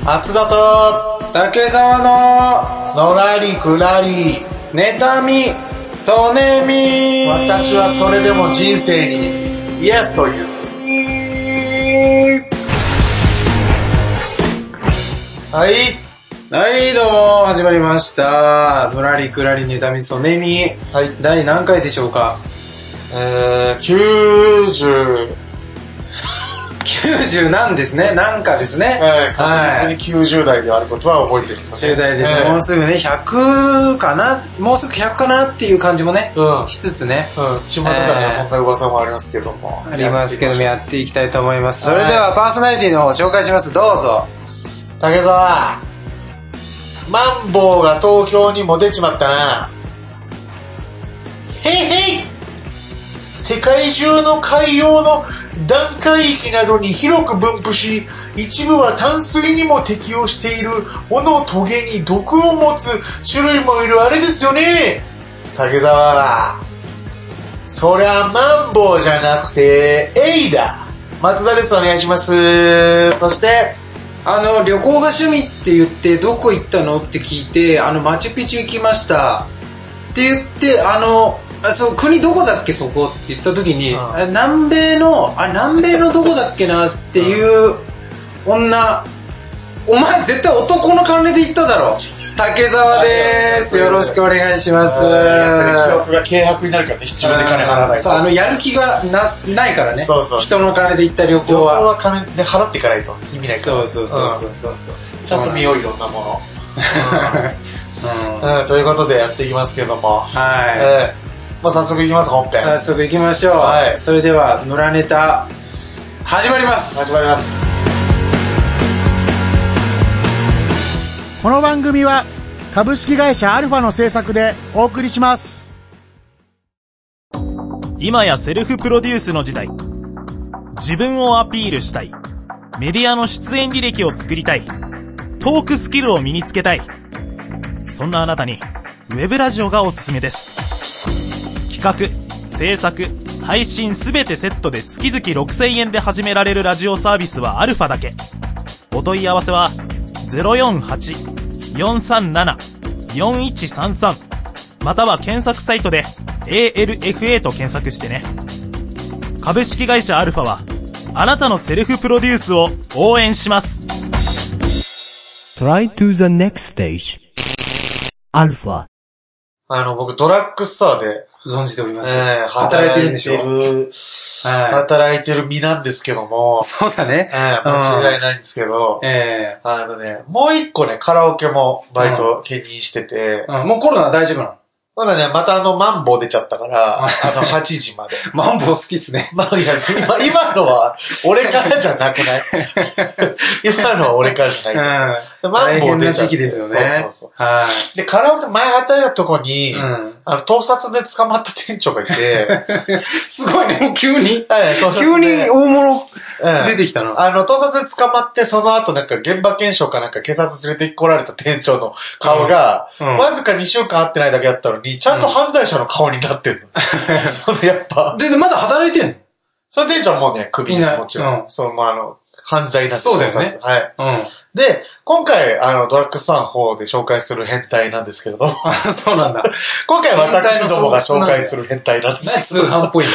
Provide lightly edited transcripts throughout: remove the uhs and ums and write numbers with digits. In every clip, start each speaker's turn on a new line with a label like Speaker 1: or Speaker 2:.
Speaker 1: 松田と
Speaker 2: 竹沢
Speaker 1: ののらりくらり
Speaker 2: 妬みそねみ。
Speaker 1: 私はそれでも人生にイエスという。はい
Speaker 2: はい、どうも始まりました。のらりくらり妬みそねみ。
Speaker 1: はい。
Speaker 2: 第何回でしょうか90なんですね。なんかですね。
Speaker 1: 確実に90代であることは覚えてるんです
Speaker 2: ね。90代です。もうすぐね、100かなもうすぐ100かなっていう感じもね、しつつね。
Speaker 1: 巷からもそんな噂もありますけども。
Speaker 2: ありますけども、やっていきたいと思います。それではパーソナリティの方紹介します。どうぞ。
Speaker 1: 竹澤、マンボウが東京にも出ちまったな。へいへい。世界中の海洋の暖海域などに広く分布し、一部は淡水にも適応している尾のトゲに毒を持つ種類もいるあれですよね。竹澤、そりゃマンボウじゃなくてエイだ。松田です、お願いします。そして
Speaker 2: 旅行が趣味って言ってどこ行ったのって聞いて、マチュピチュ行きましたって言って、国どこだっけそこって言った時に、南米のどこだっけなっていう女、お前絶対男の関連で言っただろ。竹澤でーす。よろしくお願いします。記
Speaker 1: 憶が軽薄になるからね、七分で金払わないと。
Speaker 2: そう、やる気がないからね。
Speaker 1: そうそう。
Speaker 2: 人の金で行った旅行は。
Speaker 1: 旅行は金で払っていかないと意味ないから。
Speaker 2: そう。
Speaker 1: ちゃんと見よう、いろんなもの。ということでやっていきますけども。
Speaker 2: はい。
Speaker 1: もう早速いきます、本編。
Speaker 2: 早速いきましょう。はい。それでは、野良ネタ、始まります。
Speaker 1: 始まります。
Speaker 3: この番組は株式会社アルファの制作でお送りします。
Speaker 4: 今やセルフプロデュースの時代。自分をアピールしたい。メディアの出演履歴を作りたい。トークスキルを身につけたい。そんなあなたにウェブラジオがおすすめです。企画、制作、配信すべてセットで月々6000円で始められるラジオサービスはアルファだけ。お問い合わせは 048-437-4133 または検索サイトで ALFA と検索してね。株式会社アルファはあなたのセルフプロデュースを応援します。
Speaker 5: Try to the next stage アルファ。
Speaker 1: 僕ドラッグストアで
Speaker 2: 存じております。
Speaker 1: 働いてるんでしょ。働いてる身なんですけども。
Speaker 2: そうだね。
Speaker 1: 間違いないんですけど。もう一個ね、カラオケもバイト兼任してて。
Speaker 2: もうコロナ大丈夫なの？
Speaker 1: まだね、またマンボウ出ちゃったから、8時まで。
Speaker 2: マンボウ好きっすね。
Speaker 1: 今のは、俺からじゃなくない今のは俺からじゃない。
Speaker 2: マンボウ出ちゃった。大変な時期ですよね。
Speaker 1: そう。で、カラオケ前働いたとこに、盗撮で捕まった店長がいて、
Speaker 2: すごいね、もう急に大物出てきたな。
Speaker 1: 盗撮で捕まって、その後なんか現場検証かなんか警察連れて来られた店長の顔が、わずか2週間会ってないだけだったのに、ちゃんと犯罪者の顔になってんの。やっぱ。
Speaker 2: で、まだ働いてんの？
Speaker 1: それ店長もうね、クビです、もちろん。犯罪なんて。
Speaker 2: そうですね。
Speaker 1: はい。で、今回、ドラッグストアの方で紹介する変態なんですけれど。
Speaker 2: そうなんだ。
Speaker 1: 今回私どもが紹介する変態なんですけど。
Speaker 2: 通販っぽいね。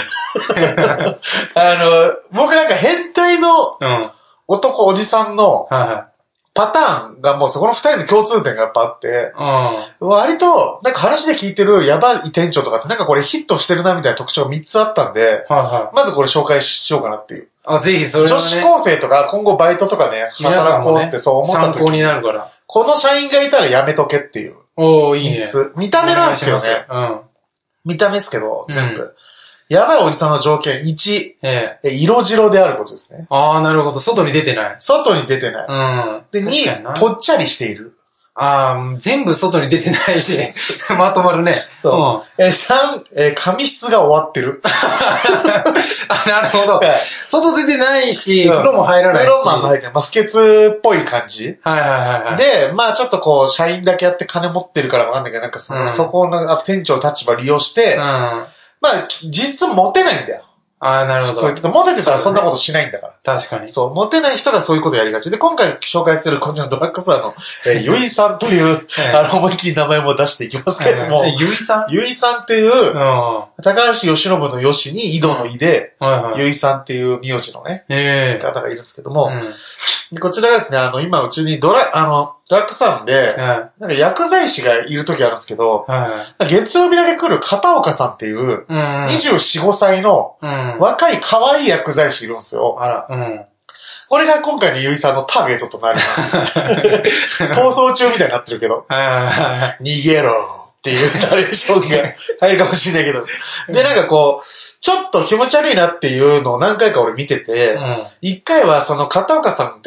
Speaker 1: 僕なんか変態の男、おじさんのパターンがもうそこの二人の共通点がやっぱあって、割となんか話で聞いてるやばい店長とかってなんかこれヒットしてるなみたいな特徴が3つあったんで、まずこれ紹介しようかなっていう。
Speaker 2: ぜひそれはね。
Speaker 1: 女子高生とか今後バイトとかね、働こうってそう思った時に、
Speaker 2: 参考になるから。
Speaker 1: この社員がいたらやめとけっていう。
Speaker 2: いいね。
Speaker 1: 見た目なんですけどね。見た目ですけど、全部。やばいおじさんの条件1、色白であることですね。
Speaker 2: なるほど。外に出てない。
Speaker 1: 外に出てない。で、2、ぽっちゃりしている。
Speaker 2: 全部外に出てないし、まとまるね。
Speaker 1: そう。3、髪質が終わってる。
Speaker 2: なるほど。外出てないし、風呂も入らないし。
Speaker 1: 風呂も入ってない。不潔っぽい感じ。で、ちょっとこう、社員だけやって金持ってるからわかんないけど、なんかそこの店長立場利用して、実質モテないんだよ。
Speaker 2: ああ、なるほど。
Speaker 1: そう、モテてたらそんなことしないんだから。
Speaker 2: 確かに。
Speaker 1: そう、モテない人がそういうことやりがちで、今回紹介するこちらのドラッグストアの、ゆいさんという、思いっきり名前も出していきますけれども、
Speaker 2: ゆいさん
Speaker 1: ゆいさんっていう、高橋由伸のよしに井戸の井で、ゆいさんっていう名字のね、方がいるんですけども、こちらがですね、今うちにドラッグストアで、なんか薬剤師がいる時あるんですけど、月曜日だけ来る片岡さんっていう、24、5歳の若い可愛い薬剤師いるんですよ。これが今回のゆいさんのターゲットとなります。逃走中みたいになってるけど、逃げろっていうナレーションが入るかもしれないけど。で、なんかこう、ちょっと気持ち悪いなっていうのを何回か俺見てて、一回はその片岡さんって、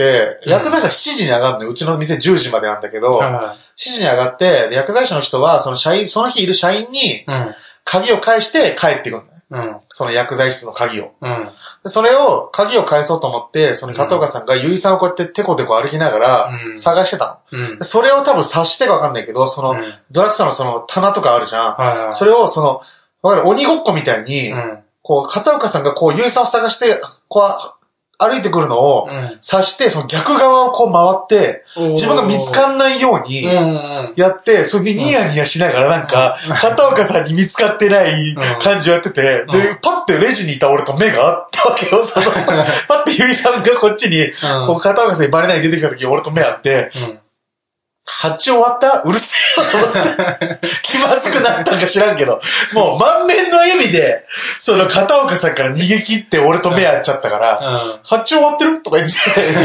Speaker 1: 薬剤師は7時に上がるのよ。うちの店10時までなんだけど、7時に上がって、薬剤師の人はその日いる社員に、鍵を返して帰ってくるのね。その薬剤室の鍵を。それを、鍵を返そうと思って、その片岡さんがゆいさんをこうやってテコテコ歩きながら探してたの。それを多分察してかわかんないけど、その、ドラッグストアのその棚とかあるじゃん。それをその、わかる鬼ごっこみたいに、こう、片岡さんがこう、ゆいさんを探して、こう、歩いてくるのを察して、その逆側をこう回って、自分が見つかんないようにやって、それにニヤニヤしながらなんか、片岡さんに見つかってない感じをやってて、で、パッてレジにいた俺と目があったわけよ。そのパッてゆいさんがこっちに、こう片岡さんにバレないで出てきた時俺と目あって、発注終わったうるせえよと思って、気まずくなったんか知らんけど、もう満面の笑みで、その片岡さんから逃げ切って俺と目合っちゃったから、発注終わってるとか言って、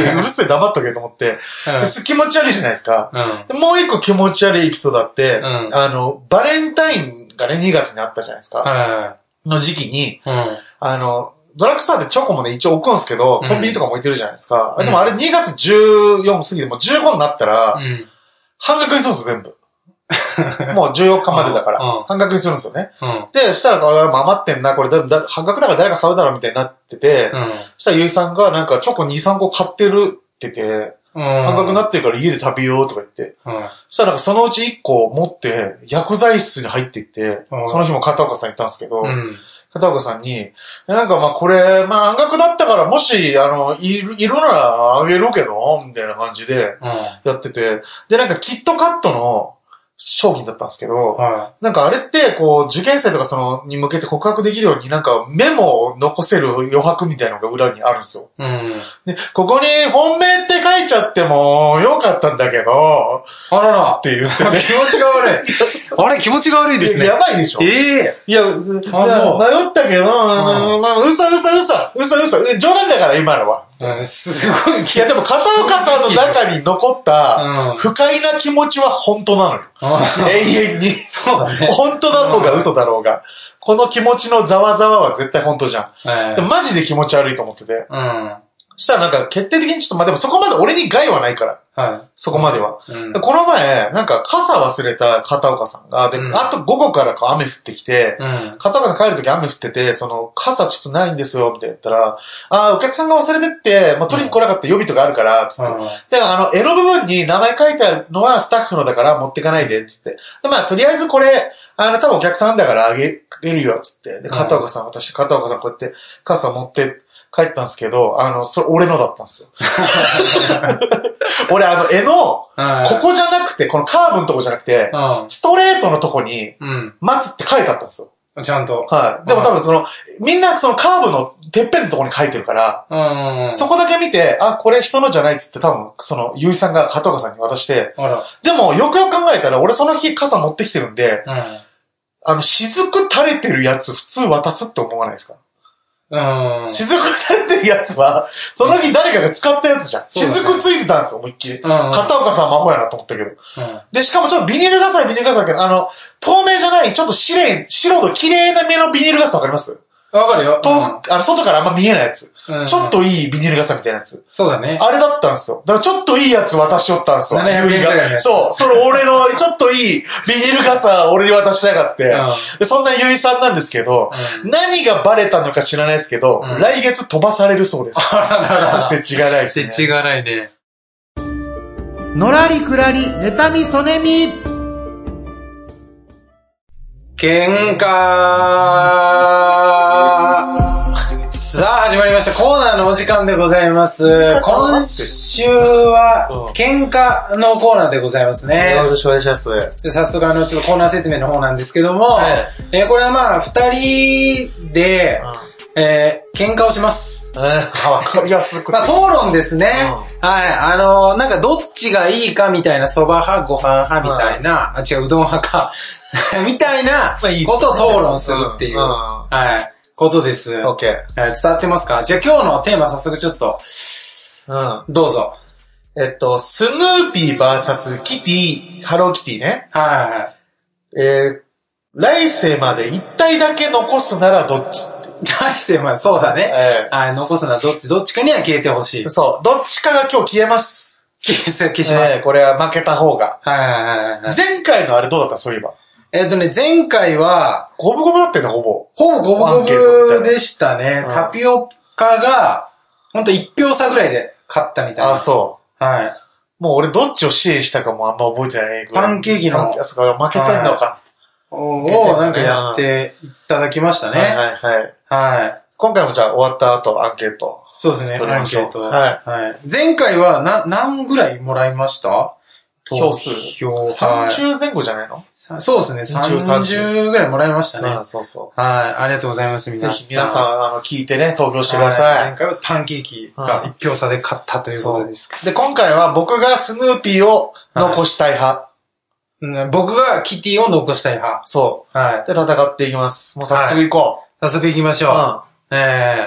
Speaker 1: うるせえ黙っとけと思って、気持ち悪いじゃないですか。もう一個気持ち悪いエピソードあって、バレンタインがね、2月にあったじゃないですか。の時期に、ドラッグストアでチョコもね、一応置くんですけど、コンビニとかも置いてるじゃないですか。でもあれ2月14過ぎてもう15になったら、半額にするんですよ、全部。もう14日までだから、半額にするんですよね。で、そしたら、余ってんな、これ半額だから誰か買うだろうみたいになってて、そしたらゆいさんがなんかチョコ2、3個買ってるってて、半額になってるから家で食べようとか言って、そしたらなんかそのうち1個持って薬剤室に入っていって、その日も片岡さん行ったんですけど、片岡さんに、なんかまあこれ、まあ半額だったからもし、いるならあげるけど、みたいな感じでやってて、でなんかキットカットの商品だったんですけど、なんかあれってこう受験生とかそのに向けて告白できるようになんかメモを残せる余白みたいなのが裏にあるんですよ。で、ここに本命って書いちゃってもよかったんだけど、あららって言ってて。
Speaker 2: 気持ちが悪い。あれ気持ちが悪いですね。
Speaker 1: やばいでしょ。いや、迷ったけど、嘘。冗談だから今のは。
Speaker 2: すごい。
Speaker 1: いやでも片岡さんの中に残った不快な気持ちは本当なのよ。永遠に。
Speaker 2: そうだね。
Speaker 1: 本当だろうが嘘だろうが。この気持ちのざわざわは絶対本当じゃん。でもマジで気持ち悪いと思ってて。そしたらなんか決定的にちょっと、まあ、でもそこまで俺に害はないから。そこまでは。この前、なんか傘忘れた片岡さんが、で、あと午後から雨降ってきて、片岡さん帰るとき雨降ってて、その傘ちょっとないんですよ、みたいな言ったら、お客さんが忘れてって、まあ、取りに来なかった予備とかあるから、つって。で、絵の部分に名前書いてあるのはスタッフのだから持ってかないで、つって。で、まあ、とりあえずこれ、多分お客さんだからあげるよ、つって。で、片岡さん、片岡さんこうやって傘持って、帰ったんですけど、それ俺のだったんですよ。俺絵の、ここじゃなくて、このカーブのとこじゃなくて、ストレートのとこに、待つって書いてあったんですよ。
Speaker 2: ちゃんと。
Speaker 1: はい。でも多分みんなそのカーブのてっぺんのとこに書いてるから、そこだけ見て、これ人のじゃないっつって多分、ゆいさんが片岡さんに渡して、でもよくよく考えたら、俺その日傘持ってきてるんで、雫垂れてるやつ普通渡すって思わないですか？雫されてるやつは、その日誰かが使ったやつじゃん。雫ついてたんですよ、思いっきり。片岡さん魔法やなと思ったけど。で、しかもちょっとビニール傘だけど、透明じゃない、ちょっと白の綺麗な目のビニール傘わかります？
Speaker 2: わかるよ。
Speaker 1: 外からあんま見えないやつ。ちょっといいビニール傘みたいなやつ。
Speaker 2: そうだね。
Speaker 1: あれだったんですよ。だからちょっといいやつ渡しよったんですよ。
Speaker 2: 700円くらいね。
Speaker 1: そう。それ俺のちょっといいビニール傘俺に渡しやがって。そんなゆいさんなんですけど、何がバレたのか知らないですけど、来月飛ばされるそうです。せちがないですね。
Speaker 2: せちがないね。
Speaker 3: のらりくらり、妬みそねみ。
Speaker 2: 喧嘩さあ、始まりました。コーナーのお時間でございます。今週は、喧嘩のコーナーでございますね。
Speaker 1: よろしくお願いします。
Speaker 2: で早速ちょっとコーナー説明の方なんですけども、これはまあ、二人で、喧嘩をします。
Speaker 1: わかりやすくて。
Speaker 2: まあ、討論ですね。はい。なんかどっちがいいかみたいな、蕎麦派、ご飯派みたいな、違う、うどん派か、みたいなことを討論するっていう、はい、ことです。
Speaker 1: オッケー。
Speaker 2: 伝わってますか？じゃあ今日のテーマ早速ちょっと、どうぞ。
Speaker 1: スヌーピー VS キティ、ハローキティね。
Speaker 2: はい。
Speaker 1: 来世まで一体だけ残すならどっち？
Speaker 2: 来世まで、そうだね。はい、残すならどっちかには消えてほしい。
Speaker 1: そう、どっちかが今日消えます。
Speaker 2: 消します。
Speaker 1: これは負けた方が。
Speaker 2: はい。
Speaker 1: 前回のあれどうだったそういえば。
Speaker 2: 前回は、
Speaker 1: ゴブゴブだったよね、ほぼ。
Speaker 2: ほぼゴブゴブでしたね。タピオカが、ほんと1票差ぐらいで勝ったみたいな。
Speaker 1: あ、そう。
Speaker 2: はい。
Speaker 1: もう俺どっちを支援したかもあんま覚えてない。
Speaker 2: パンケーキの。
Speaker 1: そうか、負けてんのか。
Speaker 2: をなんかやっていただきましたね。はい。
Speaker 1: 今回もじゃあ終わった後アンケート。
Speaker 2: そうですね、アンケート。
Speaker 1: はい。
Speaker 2: 前回は何ぐらいもらいました？
Speaker 1: 票数。30前後じゃないの？
Speaker 2: そうですね、30ぐらいもらいましたね。
Speaker 1: そうそう。
Speaker 2: はい、ありがとうございます、皆さん。
Speaker 1: ぜひ皆さん、聞いてね、投票してください。
Speaker 2: 前回はパンケーキが1票差で勝ったということです。
Speaker 1: で、今回は僕がスヌーピーを残したい派。
Speaker 2: 僕がキティを残したい派。
Speaker 1: そう。はい。で、戦っていきます。もう早速行こ
Speaker 2: う。早速行きましょう。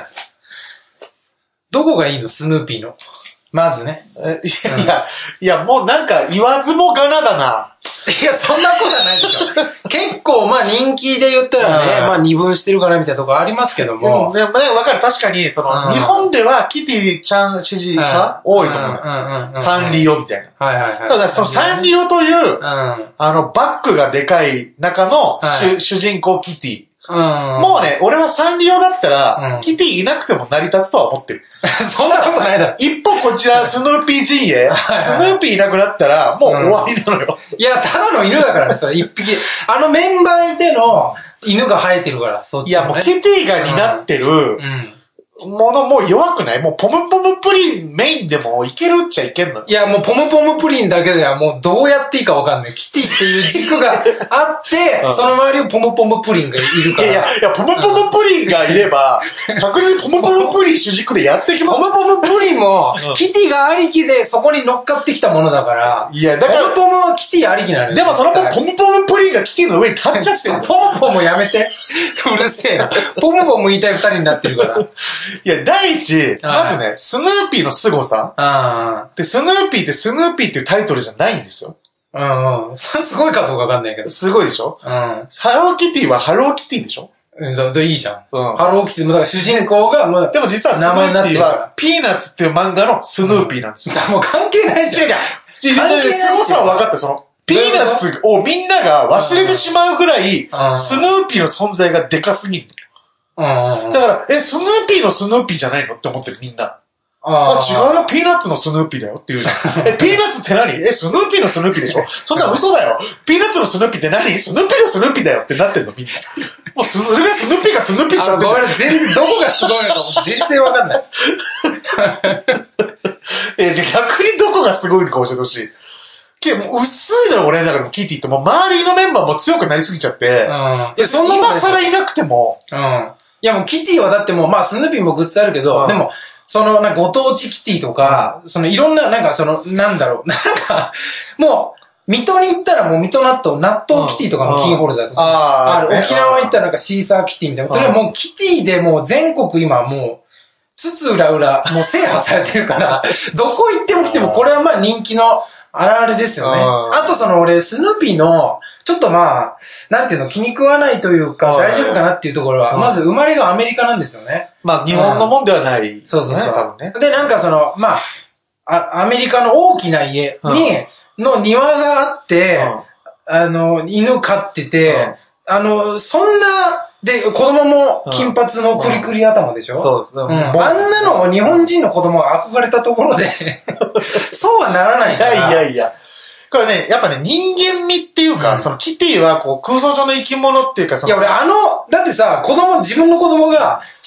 Speaker 2: どこがいいの？スヌーピーの。まずね。
Speaker 1: いや、もうなんか言わずもがなだな。
Speaker 2: いや、そんなことはないでしょ。結構、まあ人気で言ったらね、まあ二分してるかなみたいなところありますけども。
Speaker 1: でもね、わかる。確かに、日本ではキティちゃん支持者多いと思う。サンリオみたいな。ただ、そのサンリオという、バックがでかい中の主人公キティ。もうね、俺はサンリオだったら、キティいなくても成り立つとは思ってる。
Speaker 2: そんなことないだろ。
Speaker 1: 一歩こちら、スヌーピー陣営、スヌーピーいなくなったら、もう終わりなのよ。
Speaker 2: いや、ただの犬だからね、それ一匹。メンバーでの犬が生えてるから、そっち。
Speaker 1: いや、もうキティが担ってる、ものもう弱くない？もうポムポムプリンメインでもいけるっちゃいけんの。
Speaker 2: いや、もうポムポムプリンだけではもうどうやっていいかわかんない。キティっていう軸があって、その周りをポムポムプリンがいるから。
Speaker 1: いや、ポムポムプリンがいれば、確実にポムポムプリン主軸でやっていきます。
Speaker 2: ポムポムプリンも、キティがありきでそこに乗っかってきたものだから。
Speaker 1: いや、だから。
Speaker 2: ポムポムはキティありきなのよ。
Speaker 1: でもそのポムポムプリンがキティの上に立っちゃってる。
Speaker 2: ポムポムやめて。うるせえな。ポムポム言いたい二人になってるから。
Speaker 1: いや、第一、まずね、スヌーピーの凄さ。で、スヌーピーってスヌーピーっていうタイトルじゃないんですよ。
Speaker 2: それすごいかどうかわかんないけど。
Speaker 1: すごいでしょ？ハローキティはハローキティでしょ？
Speaker 2: いいじゃん。ハローキティ、だから主人公が、
Speaker 1: でも実はスヌーピーは、ピーナッツっていう漫画のスヌーピーなんですよ。
Speaker 2: もう関係ないじゃん。
Speaker 1: 違う。凄さは分かって、ピーナッツをみんなが忘れてしまうぐらい、スヌーピーの存在がでかすぎる。だから、スヌーピーのスヌーピーじゃないのって思ってるみんな。違うよ、ピーナッツのスヌーピーだよって言うじゃん。ピーナッツって何？スヌーピーのスヌーピーでしょ？そんな嘘だよ。ピーナッツのスヌーピーって何？スヌーピーのスヌーピーだよってなってんのみんな。もうそれがスヌーピーがスヌーピーしちゃってる。
Speaker 2: ごめん、全然どこがすごいのかも全然わかんない。
Speaker 1: じゃ逆にどこがすごいのか教えてほしい。もう薄いのよ、俺の中でもキティって。もう周りのメンバーも強くなりすぎちゃって。そんな今更いなくても。
Speaker 2: いやもうキティはだってもう、まあスヌーピーもグッズあるけど、でも、なんかご当地キティとか、いろんな、なんかなんだろう、なんか、もう、水戸に行ったらもう水戸納豆キティとかのキーホルダーとか、沖縄行ったらなんかシーサーキティみたいな。それもうキティでもう全国今もう、つつ裏裏、もう制覇されてるから、どこ行っても来てもこれはまあ人気のあれあれですよね。あと俺、スヌーピーの、ちょっとまあ、なんていうの、気に食わないというか、大丈夫かなっていうところは、まず生まれがアメリカなんですよね。
Speaker 1: まあ、日本のもんではない。
Speaker 2: そうそうそう。
Speaker 1: 多分ね。
Speaker 2: で、なんかまあ、アメリカの大きな家の庭があって、犬飼ってて、そんな、で、子供も金髪のクリクリ頭でしょ？
Speaker 1: そうですね。
Speaker 2: あんなのを日本人の子供が憧れたところで、そうはならないから。
Speaker 1: いや。これね、やっぱね、人間味っていうか、キティは空想上の生き物っていうか、
Speaker 2: いや、俺だってさ、自分の子供が、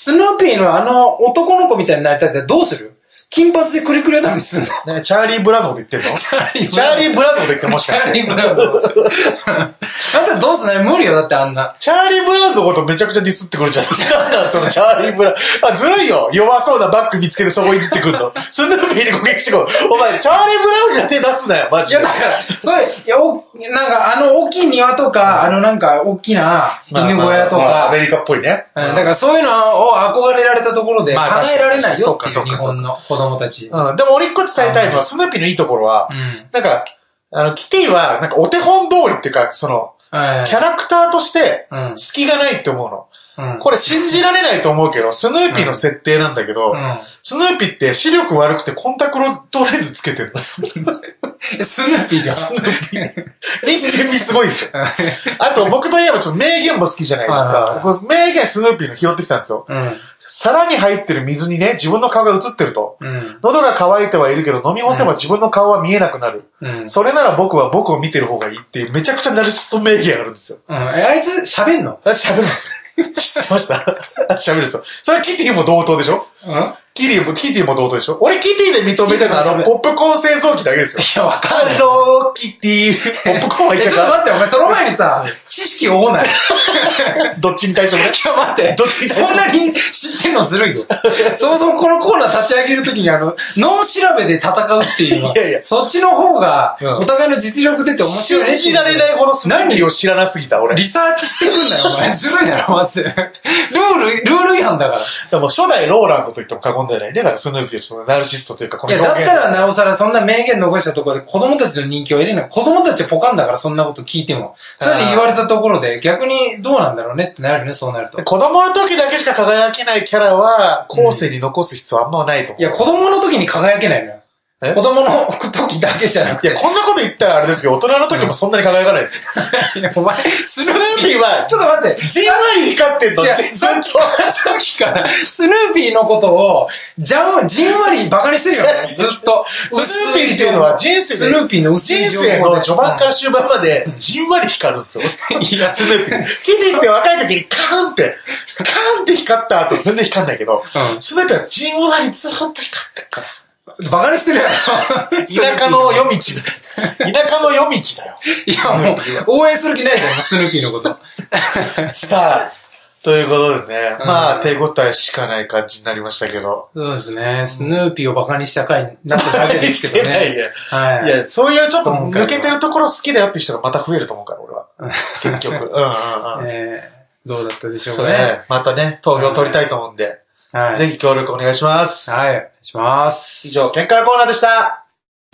Speaker 2: スヌーピーの男の子みたいになりたいってどうする？金髪でクリクリ頭にすんの？
Speaker 1: ね、チャーリー・ブラウンのこと言ってるの？チャーリー・ブラウンのこと言ってるもしかして。
Speaker 2: チャーリー・ブラウンのこと。あんたどうすんの？無理よ、だってあんな。
Speaker 1: チャーリー・ブラウンのことめちゃくちゃディスってくるじゃん。なんだそのチャーリー・ブラウン。あ、ずるいよ。弱そうなバッグ見つけてそこいじってくるの。スヌーピーに攻撃してこい。お前、チャーリー・ブラウンには手出すなよ、マジで。
Speaker 2: いや、だから、なんか大きい庭とか、なんか大きな犬小屋とか。
Speaker 1: アメリカっぽいね。
Speaker 2: だからそういうのを憧れられたところで叶えられないよっていう日本の子供たち。
Speaker 1: でも俺一個伝えたいのは、スヌーピーのいいところは、なんか、キティは、なんかお手本通りっていうか、キャラクターとして、隙がないって思うの。これ信じられないと思うけど、スヌーピーの設定なんだけど、スヌーピーって視力悪くてコンタクトレンズつけてるの。
Speaker 2: スヌーピーが
Speaker 1: スヌーピー。人間味すごいでしょ。あと僕といえばちょっと名言も好きじゃないですか。名言スヌーピーの拾ってきたんですよ。皿に入ってる水にね、自分の顔が映ってると。喉が渇いてはいるけど飲み干せば自分の顔は見えなくなる。それなら僕は僕を見てる方がいいっていうめちゃくちゃナルシスト名言あるんですよ。
Speaker 2: あいつ喋んの？
Speaker 1: 喋るんですよ。知ってました喋るんですよ。それはキティも同等でしょ？キティも同等でしょ？俺キティで認めてるのポップコーン製造機だけですよ。
Speaker 2: いや、わかんない。
Speaker 1: ハローキティ。ポップコーンはいけた。
Speaker 2: ちょっと待って、お前その前にさ、知識多ない。
Speaker 1: どっちに対してもね。
Speaker 2: いや、待って。
Speaker 1: どっちに対しても。
Speaker 2: そんなに知ってんのずるいよ。そもそもこのコーナー立ち上げるときに脳調べで戦うっていうのは、そっちの方が、お互いの実力出て面白いね。
Speaker 1: 信じられないほどスヌーピーを知らなすぎた、俺。
Speaker 2: リサーチしてくんなよ、お前。ずるいだろ、まず。ルール違反だから。
Speaker 1: でも初代ローランドと言っても過言ではないね。だからスヌーピーはそのナルシストというか、この
Speaker 2: 表現。いや、だったらなおさらそんな名言残したところで子供たちの人気を得れない。子供たちはポカンだからそんなこと聞いても。それで言われたところで逆にどうなんだろうねってなるね、そうなると。
Speaker 1: 子供の時だけしか輝けないキャラは後世に残す必要はあんまないと思う。
Speaker 2: いや、子供の時に輝けないのよ。子供の時だけじゃなくて。
Speaker 1: いや、こんなこと言ったらあれですけど、大人の時もそんなに輝かないですよ。
Speaker 2: いや、お前、
Speaker 1: スヌーピーは、
Speaker 2: ちょっと待って、
Speaker 1: じんわり光ってんの、
Speaker 2: さっきから、スヌーピーのことを、じんわりバカにしてるよね、ずっと。
Speaker 1: スヌーピーっていうのは人生の序盤から終盤まで、じんわり光るんですよ。いや、スヌーピー。キティって若い時にカーンって光った後全然光んないけど、スヌーピーはじんわりずっと光ってるから。
Speaker 2: バカにしてるやろ。
Speaker 1: 田舎の夜道だよ。田舎の夜道だよ。
Speaker 2: いやもう、応援する気ないじゃん、スヌーピーのこと。
Speaker 1: さあ、ということでね、まあ、手応えしかない感じになりましたけど。
Speaker 2: そうですね。スヌーピーをバカにした回になっただけですけどね。
Speaker 1: はい。いや、そういうちょっと抜けてるところ好きだよっていう人がまた増えると思うから、俺は。結局。
Speaker 2: どうだったでしょうかね。
Speaker 1: またね、投票取りたいと思うんで。はい、ぜひ協力お願いします。
Speaker 2: はい、お願いします。
Speaker 1: 以上、喧嘩のコーナーでした。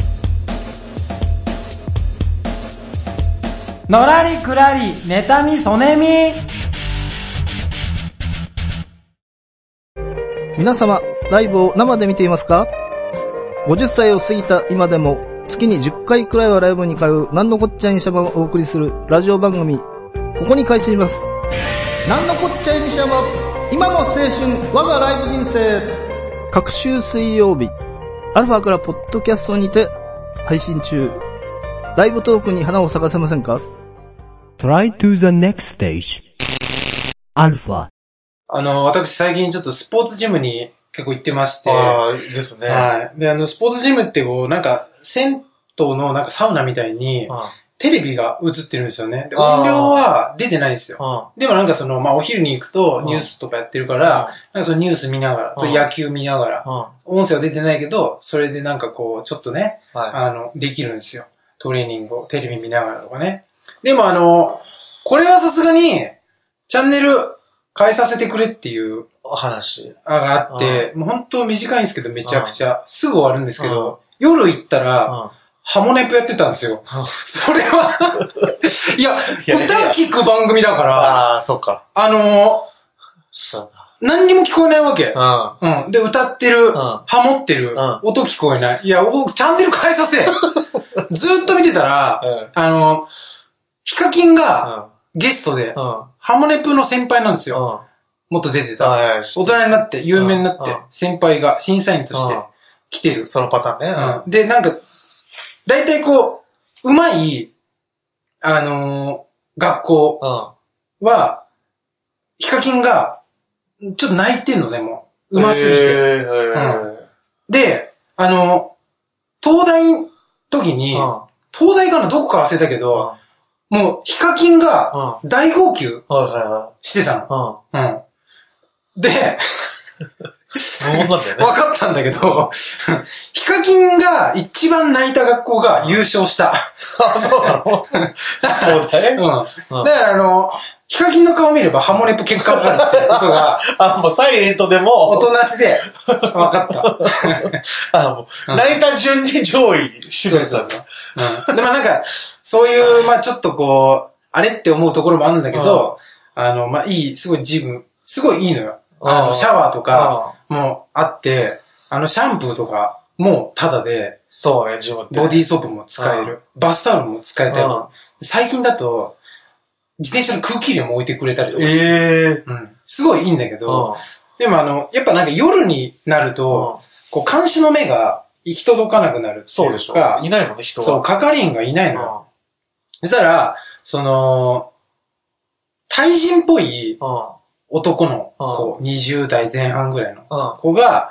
Speaker 3: のらりくらり、妬みそねみ。
Speaker 6: 皆様、ライブを生で見ていますか？ 50 歳を過ぎた今でも、月に10回くらいはライブに通う、なんのこっちゃいにしゃばをお送りするラジオ番組、ここに開始します。なんのこっちゃいにしゃば。今の青春、我がライブ人生。各週水曜日、アルファからポッドキャストにて配信中。ライブトークに花を咲かせませんか？
Speaker 5: Try to the next stage. アルファ。
Speaker 2: 私最近ちょっとスポーツジムに結構行ってまして。
Speaker 1: ああ、ですね。
Speaker 2: はい。で、スポーツジムってこう、なんか、銭湯のなんかサウナみたいに、テレビが映ってるんですよね。で、音量は出てないんですよ。でもなんかお昼に行くとニュースとかやってるから、なんかそのニュース見ながら、野球見ながら、音声は出てないけど、それでなんかこう、ちょっとね、できるんですよ。トレーニングをテレビ見ながらとかね。でもこれはさすがに、チャンネル変えさせてくれっていう
Speaker 1: 話
Speaker 2: があって、もう本当短いんですけど、めちゃくちゃ、すぐ終わるんですけど、夜行ったら、ハモネプやってたんですよ。それは、いや、歌聞く番組だから、
Speaker 1: ああ、そうか。
Speaker 2: 何にも聞こえないわけ。で、歌ってる、ハモってる、音聞こえない。いや、チャンネル変えさせ。ずっと見てたら、ヒカキンがゲストで、ハモネプの先輩なんですよ。もっと出てた。大人になって、有名になって、先輩が審査員として来てる。
Speaker 1: そのパターンね。
Speaker 2: で、なんか、だいたいこう、うまい、学校は、ヒカキンがちょっと泣いてんのね、もう。うますぎて。で、東大の時に、東大かなどこか忘れたけど、もう、ヒカキンが大号泣してたの。で、分かったんだけど、ヒカキンが一番泣いた学校が優勝した。
Speaker 1: あ、そうなの東大
Speaker 2: だからヒカキンの顔見ればハモネプ結果わかるってことが、
Speaker 1: もうサイレントでも、
Speaker 2: おとなしで、分かった。
Speaker 1: もう、泣いた順に上位、絞れたんだ。
Speaker 2: でもなんか、そういう、まあちょっとこう、あれって思うところもあるんだけど、まあいい、すごいジム、すごいいいのよ。シャワーとかもあって、シャンプーとかもタダで、
Speaker 1: そうね、ジムって。
Speaker 2: ボディーソープも使える。バスタオルも使えたり。最近だと、自転車の空気入れも置いてくれたりとか。すごいいいんだけど、でもやっぱなんか夜になると、こう、監視の目が行き届かなくなるっていうか。
Speaker 1: そうでしょ。いないもんね、人は。
Speaker 2: そう、係員がいないのよ。そしたら、対人っぽい男の子、20代前半ぐらいの子が、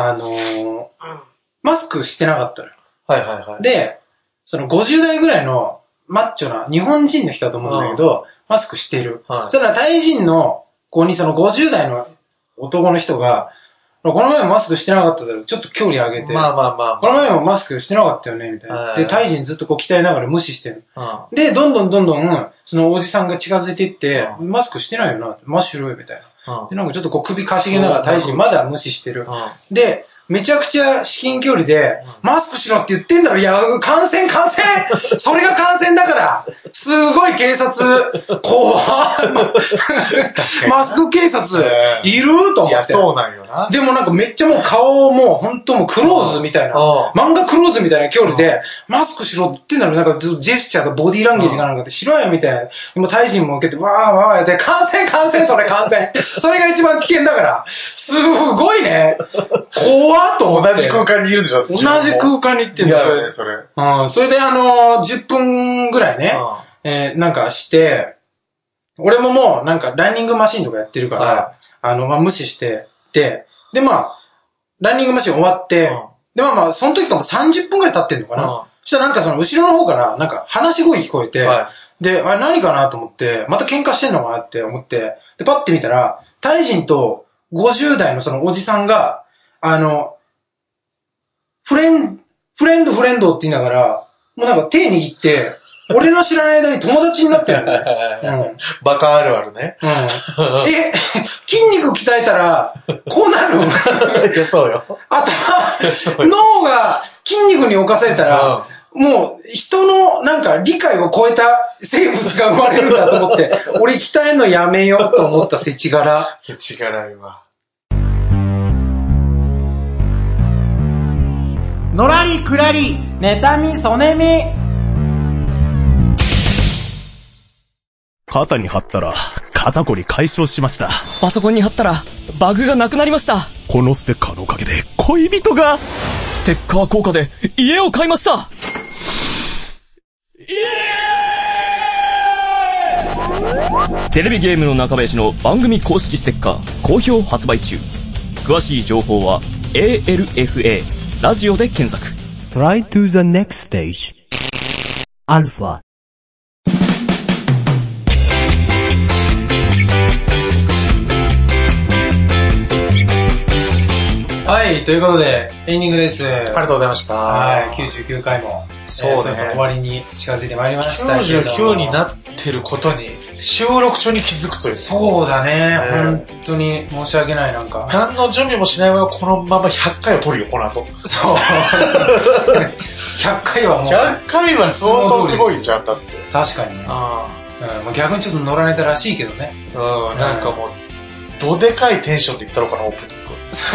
Speaker 2: マスクしてなかったのよ。
Speaker 1: はいはいはい。
Speaker 2: で、その50代ぐらいのマッチョな日本人の人だと思うんだけど、マスクしてる。そしたら対人の子にその50代の男の人が、この前もマスクしてなかっただろ、ちょっと距離上げて。
Speaker 1: まあ。
Speaker 2: この前もマスクしてなかったよね、みたいな。で、対人ずっとこう鍛えながら無視してる。で、どんどん、そのおじさんが近づいていって、マスクしてないよな、マッシュルーみたいな。で、なんかちょっとこう首かしげながら対人まだ無視してる。で、めちゃくちゃ至近距離で、マスクしろって言ってんだろ、いや、感染それが感染だからすごい警察、怖マスク警察、いると思って。いや、
Speaker 1: そうなんよな。
Speaker 2: でもなんかめっちゃもう顔も本当もうクローズみたいな、漫画クローズみたいな距離で、マスクしろって言ってんだろ、なんかジェスチャーとボディーランゲージがなんかで、しろよみたいな。でも対人も受けて、わーやって、感染、それ感染。それが一番危険だから。すごいね。怖っと思って。
Speaker 1: 同じ空間にいるでしょ。
Speaker 2: 同じ空間に行ってんだ
Speaker 1: よ。いやね、それ。
Speaker 2: それで10分ぐらいね、なんかして、俺ももうなんかランニングマシンとかやってるから、まあ無視して、で、まあ、ランニングマシン終わって、で、まあ、その時からも30分ぐらい経ってんのかな。そしたらなんかその後ろの方から、なんか話し声聞こえて、で、あれ何かなと思って、また喧嘩してんのかなって思って、で、パッて見たら、タイ人と50代のそのおじさんが、フレンドって言いながら、もうなんか手握って、俺の知らない間に友達になってるんだよ。
Speaker 1: バカあるあるね。
Speaker 2: 筋肉鍛えたら、こうなる
Speaker 1: いや、そうよ。
Speaker 2: 脳が筋肉に侵されたら、もう人のなんか理解を超えた生物が生まれるんだと思って、俺鍛えんのやめようと思った世知辛。
Speaker 1: 世知辛いわ。
Speaker 3: のらりくらり、
Speaker 2: 妬みそねみ。
Speaker 4: 肩に貼ったら肩こり解消しました。
Speaker 7: パソコンに貼ったらバグがなくなりました。
Speaker 4: このステッカーのおかげで恋人が。
Speaker 7: ステッカー効果で家を買いました。テレビゲームの中林の番組公式ステッカー好評発売中。詳しい情報は ALFA ラジオで検索。
Speaker 5: Try to the next stage. Alpha。
Speaker 2: はい、ということで、エンディングです。あり
Speaker 1: がとうございました。
Speaker 2: はい、99回も。
Speaker 1: そうですね。
Speaker 2: 終わりに近づいてまいりましたけど。
Speaker 1: 99になってることに、収録中に気づくという。
Speaker 2: そうだね。本当に申し訳ない、なんか。
Speaker 1: 何の準備もしないままこのまま100回を取るよ、この後。
Speaker 2: そう。100回はもう。
Speaker 1: 100回は相当すごいじゃん、だって。
Speaker 2: 確かにね。逆にちょっと乗られたらしいけどね。
Speaker 1: なんかもう、どでかいテンションで言ったのかな、オープニング。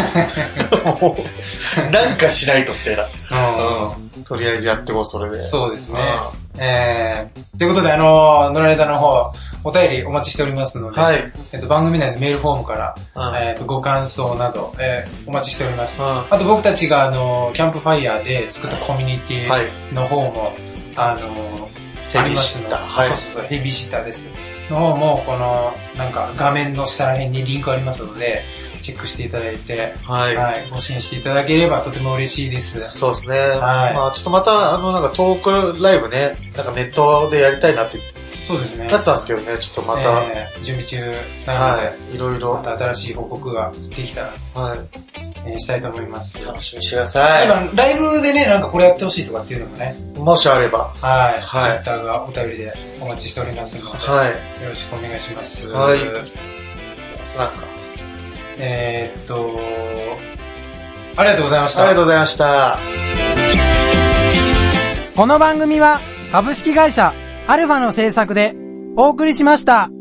Speaker 1: なんかしないとってな。とりあえずやってこう、それで。
Speaker 2: そうですね。ということで、のられたの方、お便りお待ちしておりますので、番組内のメールフォームから、ご感想など、お待ちしております。あと僕たちがキャンプファイヤーで作ったコミュニティの方も、 ありますので、
Speaker 1: はい。
Speaker 2: そうそうそう、ヘビーシッターです。の方も、この、なんか画面の下ら辺にリンクありますので、チェックしていただいて、はい。はい。ご支援していただければとても嬉しいです。
Speaker 1: そうですね。
Speaker 2: はい。
Speaker 1: まあちょっとまた、なんかトークライブね、なんかネットでやりたいなって。
Speaker 2: そうですね。
Speaker 1: なってたんですけどね、ちょっとまた。
Speaker 2: 準備中なので、
Speaker 1: はい。いろいろ。
Speaker 2: また新しい報告ができたら、
Speaker 1: はい。
Speaker 2: したいと思います。
Speaker 1: 楽しみにしてください。
Speaker 2: 今、ライブでね、なんかこれやってほしいとかっていうのもね。
Speaker 1: もしあれば。
Speaker 2: はい。ツイッターがお便りでお待ちしておりますので。
Speaker 1: はい。
Speaker 2: よろしくお願いします。
Speaker 1: はい。なんか。
Speaker 2: ありがとうございました。
Speaker 1: ありがとうございました。
Speaker 3: この番組は株式会社アルファの制作でお送りしました。